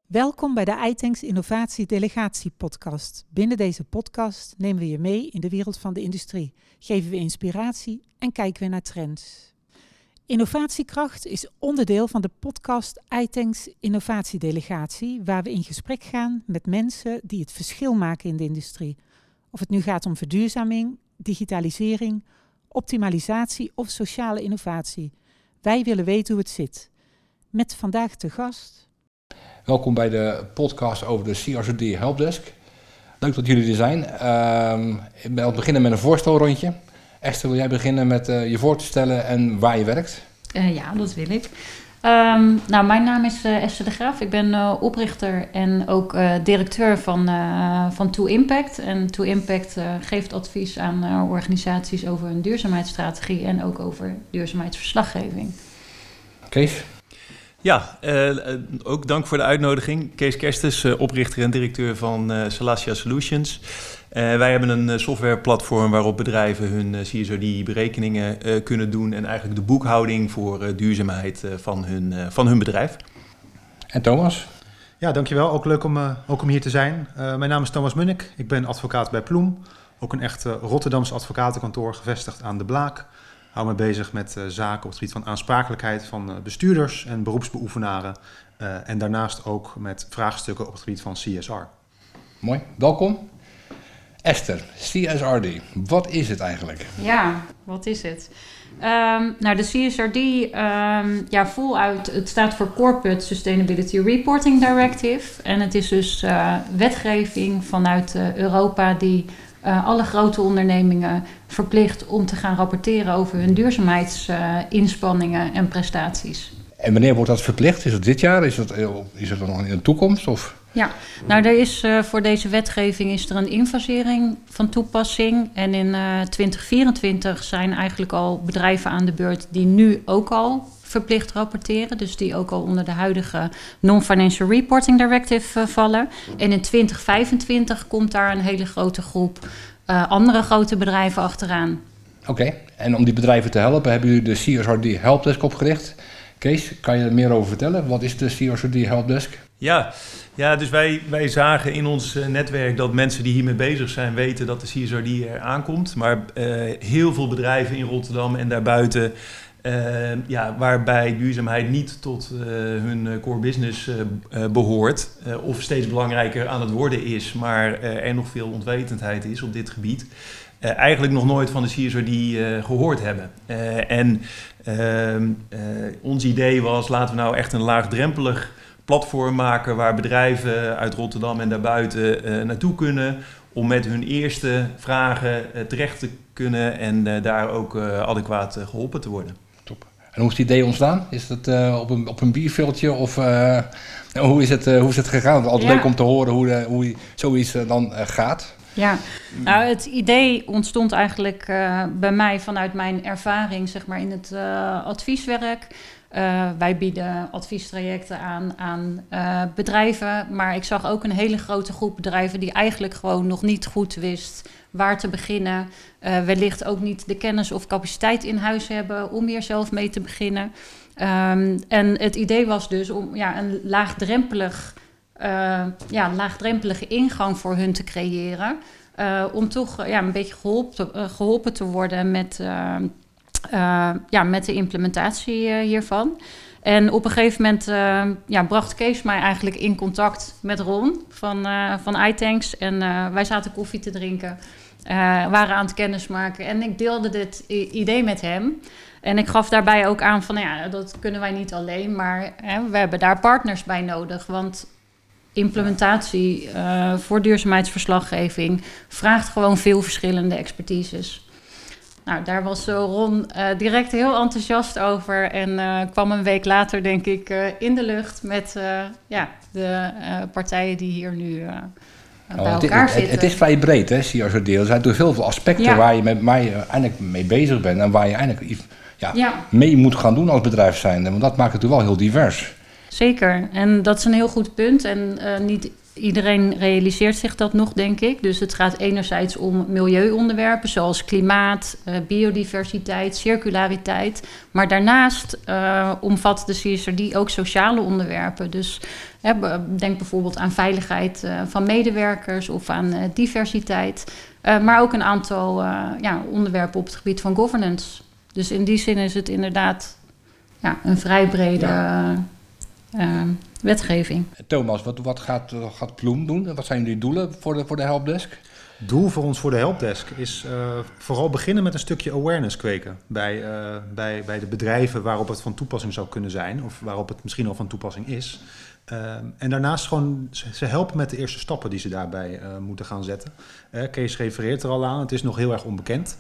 Welkom bij de iTanks Innovatie Delegatie podcast. Binnen deze podcast nemen we je mee in de wereld van de industrie, geven we inspiratie en kijken we naar trends. Innovatiekracht is onderdeel van de podcast iTanks Innovatie Delegatie, waar we in gesprek gaan met mensen die het verschil maken in de industrie. Of het nu gaat om verduurzaming, digitalisering, optimalisatie of sociale innovatie. Wij willen weten hoe het zit. Met vandaag te gast... Welkom bij de podcast over de CSRD Helpdesk. Leuk dat jullie er zijn. Ik wil beginnen met een voorstelrondje. Esther, wil jij beginnen met je voor te stellen en waar je werkt? Ja, dat wil ik. Mijn naam is Esther de Graaf. Ik ben oprichter en ook directeur van To Impact. En To Impact geeft advies aan organisaties over hun duurzaamheidsstrategie en ook over duurzaamheidsverslaggeving. Kees? Ja, ook dank voor de uitnodiging. Kees Kerstens, oprichter en directeur van Salacia Solutions. Wij hebben een softwareplatform waarop bedrijven hun CSRD-berekeningen kunnen doen en eigenlijk de boekhouding voor duurzaamheid van hun bedrijf. En Thomas? Ja, dankjewel. Ook leuk om hier te zijn. Mijn naam is Thomas Munnik. Ik ben advocaat bij Ploem. Ook een echt Rotterdamse advocatenkantoor gevestigd aan de Blaak. Ik hou me bezig met zaken op het gebied van aansprakelijkheid van bestuurders en beroepsbeoefenaren. En daarnaast ook met vraagstukken op het gebied van CSR. Mooi, welkom. Esther, CSRD, wat is het eigenlijk? Ja, wat is het? De CSRD, voluit, het staat voor Corporate Sustainability Reporting Directive. En het is dus wetgeving vanuit Europa die alle grote ondernemingen verplicht om te gaan rapporteren over hun duurzaamheidsinspanningen en prestaties. En wanneer wordt dat verplicht? Is het dit jaar? Is het nog in de toekomst? Of? Ja, er is voor deze wetgeving is er een infasering van toepassing. En in 2024 zijn eigenlijk al bedrijven aan de beurt die nu ook al verplicht rapporteren. Dus die ook al onder de huidige Non-Financial Reporting Directive vallen. En in 2025 komt daar een hele grote groep andere grote bedrijven achteraan. Oké, en om die bedrijven te helpen hebben jullie de CSRD Helpdesk opgericht. Kees, kan je er meer over vertellen? Wat is de CSRD Helpdesk? Ja, dus wij zagen in ons netwerk dat mensen die hiermee bezig zijn weten dat de CSRD er aankomt. Maar heel veel bedrijven in Rotterdam en daarbuiten, waarbij duurzaamheid niet tot hun core business behoort of steeds belangrijker aan het worden is, maar er nog veel onwetendheid is op dit gebied, eigenlijk nog nooit van de CSRD gehoord hebben. Ons idee was, laten we nou echt een laagdrempelig platform maken waar bedrijven uit Rotterdam en daarbuiten naartoe kunnen om met hun eerste vragen terecht te kunnen en daar ook adequaat geholpen te worden. Top. En hoe is het idee ontstaan? Is het op een bierveldje of hoe is het gegaan? Het is altijd leuk om te horen hoe zoiets dan gaat. Ja, het idee ontstond eigenlijk bij mij vanuit mijn ervaring zeg maar, in het advieswerk. Wij bieden adviestrajecten aan bedrijven, maar ik zag ook een hele grote groep bedrijven die eigenlijk gewoon nog niet goed wist waar te beginnen. Wellicht ook niet de kennis of capaciteit in huis hebben om hier zelf mee te beginnen. En het idee was dus om een laagdrempelige ingang voor hun te creëren. Om toch een beetje geholpen te worden met de implementatie hiervan. En op een gegeven moment bracht Kees mij eigenlijk in contact met Ron van iTanks. En wij zaten koffie te drinken, waren aan het kennismaken. En ik deelde dit idee met hem. En ik gaf daarbij ook aan van, dat kunnen wij niet alleen, maar we hebben daar partners bij nodig. Want implementatie voor duurzaamheidsverslaggeving vraagt gewoon veel verschillende expertises. Nou, daar was Ron direct heel enthousiast over en kwam een week later, denk ik, in de lucht met de partijen die hier nu bij elkaar zitten. Het is vrij breed, hè, CSRD. Er zijn dus heel veel aspecten waar je eigenlijk mee bezig bent en waar je eigenlijk mee moet gaan doen als bedrijf zijnde. Want dat maakt het wel heel divers. Zeker, en dat is een heel goed punt. En niet Iedereen realiseert zich dat nog, denk ik. Dus het gaat enerzijds om milieuonderwerpen zoals klimaat, biodiversiteit, circulariteit. Maar daarnaast omvat de CSRD ook sociale onderwerpen. Dus denk bijvoorbeeld aan veiligheid van medewerkers of aan diversiteit. Maar ook een aantal onderwerpen op het gebied van governance. Dus in die zin is het inderdaad een vrij brede wetgeving. Thomas, wat gaat Ploem doen? Wat zijn jullie doelen voor de helpdesk? Doel voor ons voor de helpdesk is vooral beginnen met een stukje awareness kweken bij de bedrijven waarop het van toepassing zou kunnen zijn of waarop het misschien al van toepassing is. En daarnaast gewoon ze helpen met de eerste stappen die ze daarbij moeten gaan zetten. Kees refereert er al aan, het is nog heel erg onbekend.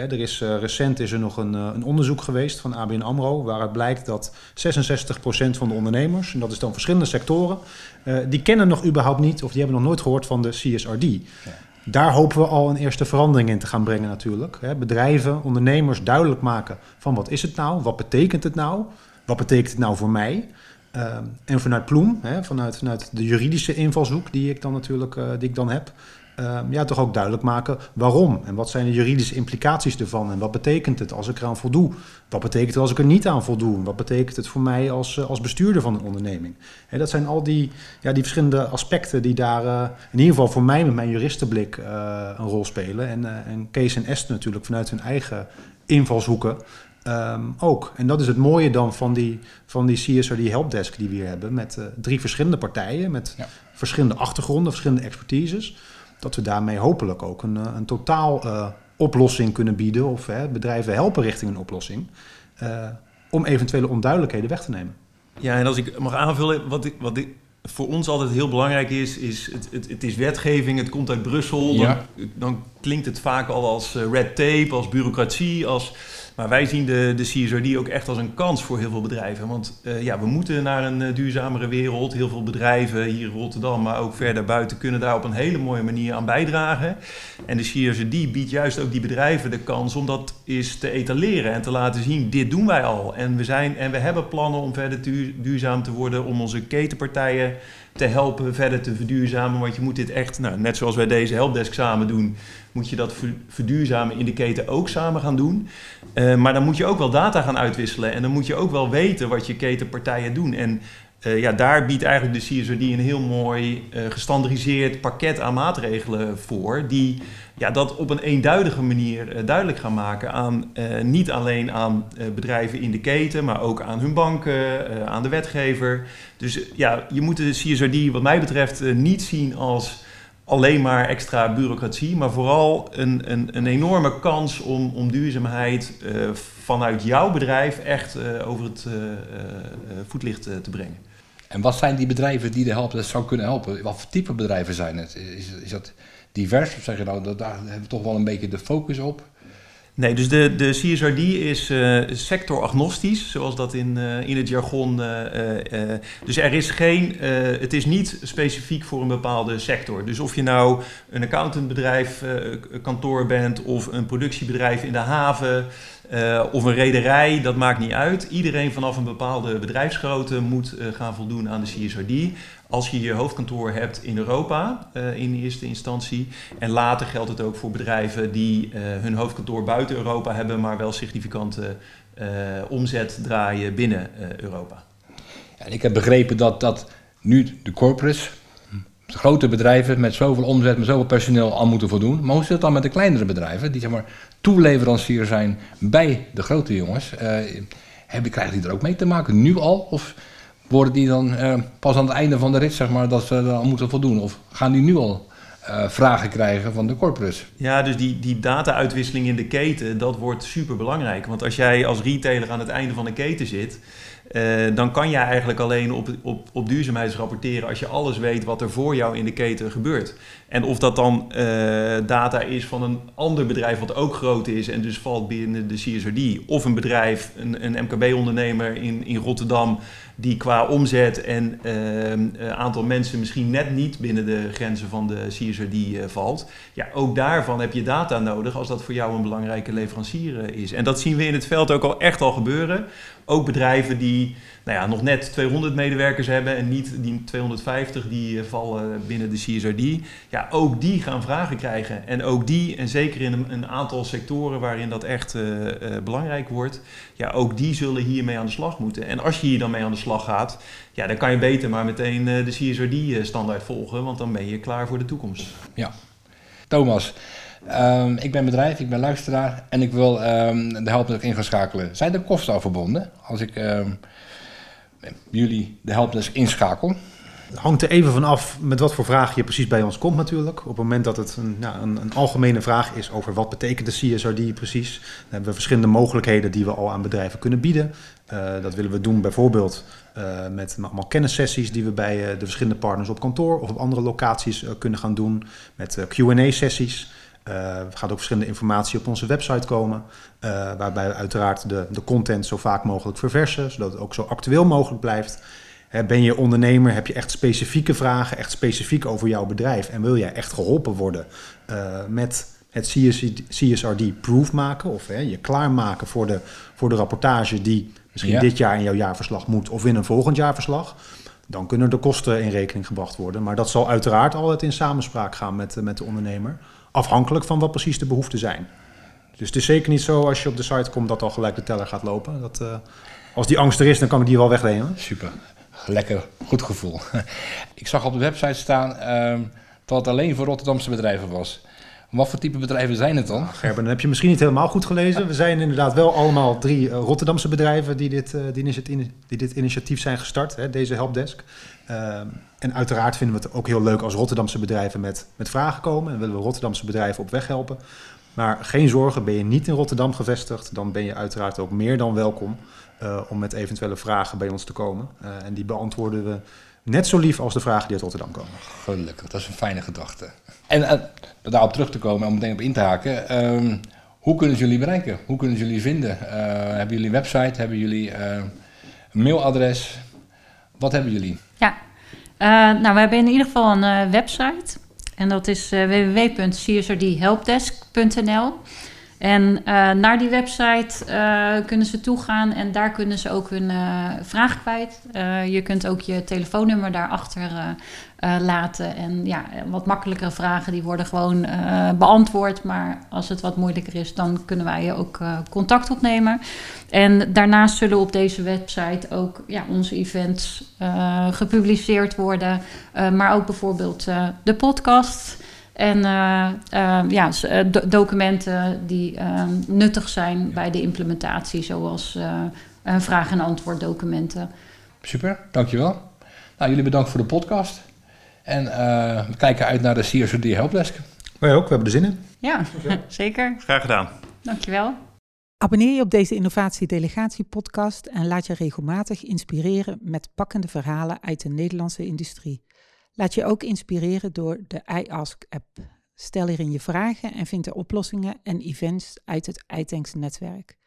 Recent is er nog een onderzoek geweest van ABN AMRO... waaruit blijkt dat 66% van de ondernemers, en dat is dan verschillende sectoren... die kennen nog überhaupt niet of die hebben nog nooit gehoord van de CSRD. Ja. Daar hopen we al een eerste verandering in te gaan brengen natuurlijk. Bedrijven, ondernemers duidelijk maken van wat is het nou, wat betekent het nou... Wat betekent het nou voor mij? En vanuit Ploem, vanuit de juridische invalshoek die ik dan heb... toch ook duidelijk maken waarom. En wat zijn de juridische implicaties ervan? En wat betekent het als ik eraan voldoe? Wat betekent het als ik er niet aan voldoe? Wat betekent het voor mij als bestuurder van een onderneming? Dat zijn al die verschillende aspecten die daar in ieder geval voor mij met mijn juristenblik een rol spelen. En Kees en Esther natuurlijk vanuit hun eigen invalshoeken... ook. En dat is het mooie dan van die CSRD helpdesk die we hier hebben... met 3 verschillende partijen, met verschillende achtergronden, verschillende expertises... dat we daarmee hopelijk ook een totaal oplossing kunnen bieden... of bedrijven helpen richting een oplossing... om eventuele onduidelijkheden weg te nemen. Ja, en als ik mag aanvullen, wat voor ons altijd heel belangrijk is het is wetgeving, het komt uit Brussel. Ja. Dan klinkt het vaak al als red tape, als bureaucratie, maar wij zien de CSRD ook echt als een kans voor heel veel bedrijven. Want we moeten naar een duurzamere wereld. Heel veel bedrijven hier in Rotterdam, maar ook verder buiten... kunnen daar op een hele mooie manier aan bijdragen. En de CSRD biedt juist ook die bedrijven de kans... om dat eens te etaleren en te laten zien... dit doen wij al. En we hebben plannen om verder duurzaam te worden... om onze ketenpartijen te helpen verder te verduurzamen. Want je moet dit echt, net zoals wij deze helpdesk samen doen... moet je dat verduurzamen in de keten ook samen gaan doen. Maar dan moet je ook wel data gaan uitwisselen. En dan moet je ook wel weten wat je ketenpartijen doen. En daar biedt eigenlijk de CSRD een heel mooi gestandardiseerd pakket aan maatregelen voor... die dat op een eenduidige manier duidelijk gaan maken aan niet alleen aan bedrijven in de keten... maar ook aan hun banken, aan de wetgever. Dus je moet de CSRD wat mij betreft niet zien als... alleen maar extra bureaucratie, maar vooral een enorme kans om duurzaamheid vanuit jouw bedrijf echt over het voetlicht te brengen. En wat zijn die bedrijven die de helpdesk zou kunnen helpen? Wat voor type bedrijven zijn het? Is dat divers? Of zeg je nou, daar hebben we toch wel een beetje de focus op? Nee, dus de CSRD is sectoragnostisch, zoals dat in het jargon. Dus er is het is niet specifiek voor een bepaalde sector. Dus of je nou een accountantbedrijf, kantoor bent of een productiebedrijf in de haven of een rederij, dat maakt niet uit. Iedereen vanaf een bepaalde bedrijfsgrootte moet gaan voldoen aan de CSRD. Als je je hoofdkantoor hebt in Europa in eerste instantie. En later geldt het ook voor bedrijven die hun hoofdkantoor buiten Europa hebben, maar wel significante omzet draaien binnen Europa. Ja, en ik heb begrepen dat nu de corporates, de grote bedrijven met zoveel omzet, met zoveel personeel aan moeten voldoen. Maar hoe zit het dan met de kleinere bedrijven die toeleverancier zijn bij de grote jongens? Krijgen die er ook mee te maken nu al? Of worden die dan pas aan het einde van de rit, dat ze er aan moeten voldoen? Of gaan die nu al vragen krijgen van de corporates? Ja, dus die data-uitwisseling in de keten, dat wordt super belangrijk. Want als jij als retailer aan het einde van de keten zit, dan kan jij eigenlijk alleen op duurzaamheidsrapporteren als je alles weet wat er voor jou in de keten gebeurt. En of dat dan data is van een ander bedrijf wat ook groot is en dus valt binnen de CSRD. Of een bedrijf, een MKB-ondernemer in Rotterdam die qua omzet en aantal mensen misschien net niet binnen de grenzen van de CSRD valt. Ja, ook daarvan heb je data nodig als dat voor jou een belangrijke leverancier is. En dat zien we in het veld ook echt al gebeuren. Ook bedrijven die nog net 200 medewerkers hebben en niet die 250 die vallen binnen de CSRD. Ja, ook die gaan vragen krijgen. En ook die, en zeker in een aantal sectoren waarin dat echt belangrijk wordt, ja, ook die zullen hiermee aan de slag moeten. En als je hier dan mee aan de slag gaat, ja, dan kan je beter maar meteen de CSRD-standaard volgen, want dan ben je klaar voor de toekomst. Ja. Thomas, ik ben bedrijf, ik ben luisteraar en ik wil de helpdesk in gaan schakelen. Zijn er kosten aan verbonden als ik jullie de helpdesk inschakel? Het hangt er even van af met wat voor vraag je precies bij ons komt natuurlijk. Op het moment dat het een algemene vraag is over wat betekent de CSRD precies, dan hebben we verschillende mogelijkheden die we al aan bedrijven kunnen bieden. Dat willen we doen bijvoorbeeld met allemaal kennissessies die we bij de verschillende partners op kantoor of op andere locaties kunnen gaan doen. Met Q&A-sessies. Er gaat ook verschillende informatie op onze website komen, waarbij we uiteraard de content zo vaak mogelijk verversen, zodat het ook zo actueel mogelijk blijft. Ben je ondernemer, heb je echt specifieke vragen, echt specifiek over jouw bedrijf en wil jij echt geholpen worden met het CSRD-proof maken of je klaarmaken voor de rapportage die misschien dit jaar in jouw jaarverslag moet of in een volgend jaarverslag, dan kunnen de kosten in rekening gebracht worden. Maar dat zal uiteraard altijd in samenspraak gaan met de ondernemer, afhankelijk van wat precies de behoeften zijn. Dus het is zeker niet zo als je op de site komt dat al gelijk de teller gaat lopen. Als die angst er is, dan kan ik die wel wegnemen. Super. Lekker, goed gevoel. Ik zag op de website staan dat het alleen voor Rotterdamse bedrijven was. Wat voor type bedrijven zijn het dan? Gerben, dat heb je misschien niet helemaal goed gelezen. We zijn inderdaad wel allemaal 3 Rotterdamse bedrijven die dit initiatief zijn gestart, deze helpdesk. En uiteraard vinden we het ook heel leuk als Rotterdamse bedrijven met vragen komen. En willen we Rotterdamse bedrijven op weg helpen. Maar geen zorgen, ben je niet in Rotterdam gevestigd, dan ben je uiteraard ook meer dan welkom om met eventuele vragen bij ons te komen. En die beantwoorden we net zo lief als de vragen die uit Rotterdam komen. Gelukkig, dat is een fijne gedachte. En daarop terug te komen en om meteen op in te haken. Hoe kunnen ze jullie bereiken? Hoe kunnen ze jullie vinden? Hebben jullie een website? Hebben jullie een mailadres? Wat hebben jullie? Ja, we hebben in ieder geval een website. En dat is www.csrdhelpdesk.nl. En naar die website kunnen ze toegaan en daar kunnen ze ook hun vraag kwijt. Je kunt ook je telefoonnummer daarachter laten. En ja, wat makkelijkere vragen die worden gewoon beantwoord. Maar als het wat moeilijker is, dan kunnen wij ook contact opnemen. En daarnaast zullen op deze website ook onze events gepubliceerd worden. Maar ook bijvoorbeeld de podcast. En documenten die nuttig zijn bij de implementatie, zoals vraag- en antwoorddocumenten. Super, dankjewel. Nou, jullie bedankt voor de podcast. En we kijken uit naar de CSRD Helpdesk. Wij ook, we hebben er zin in. Ja, zeker. Graag gedaan. Dankjewel. Abonneer je op deze Innovatie-delegatie-podcast en laat je regelmatig inspireren met pakkende verhalen uit de Nederlandse industrie. Laat je ook inspireren door de iAsk-app. Stel hierin je vragen en vind er oplossingen en events uit het iTanks-netwerk.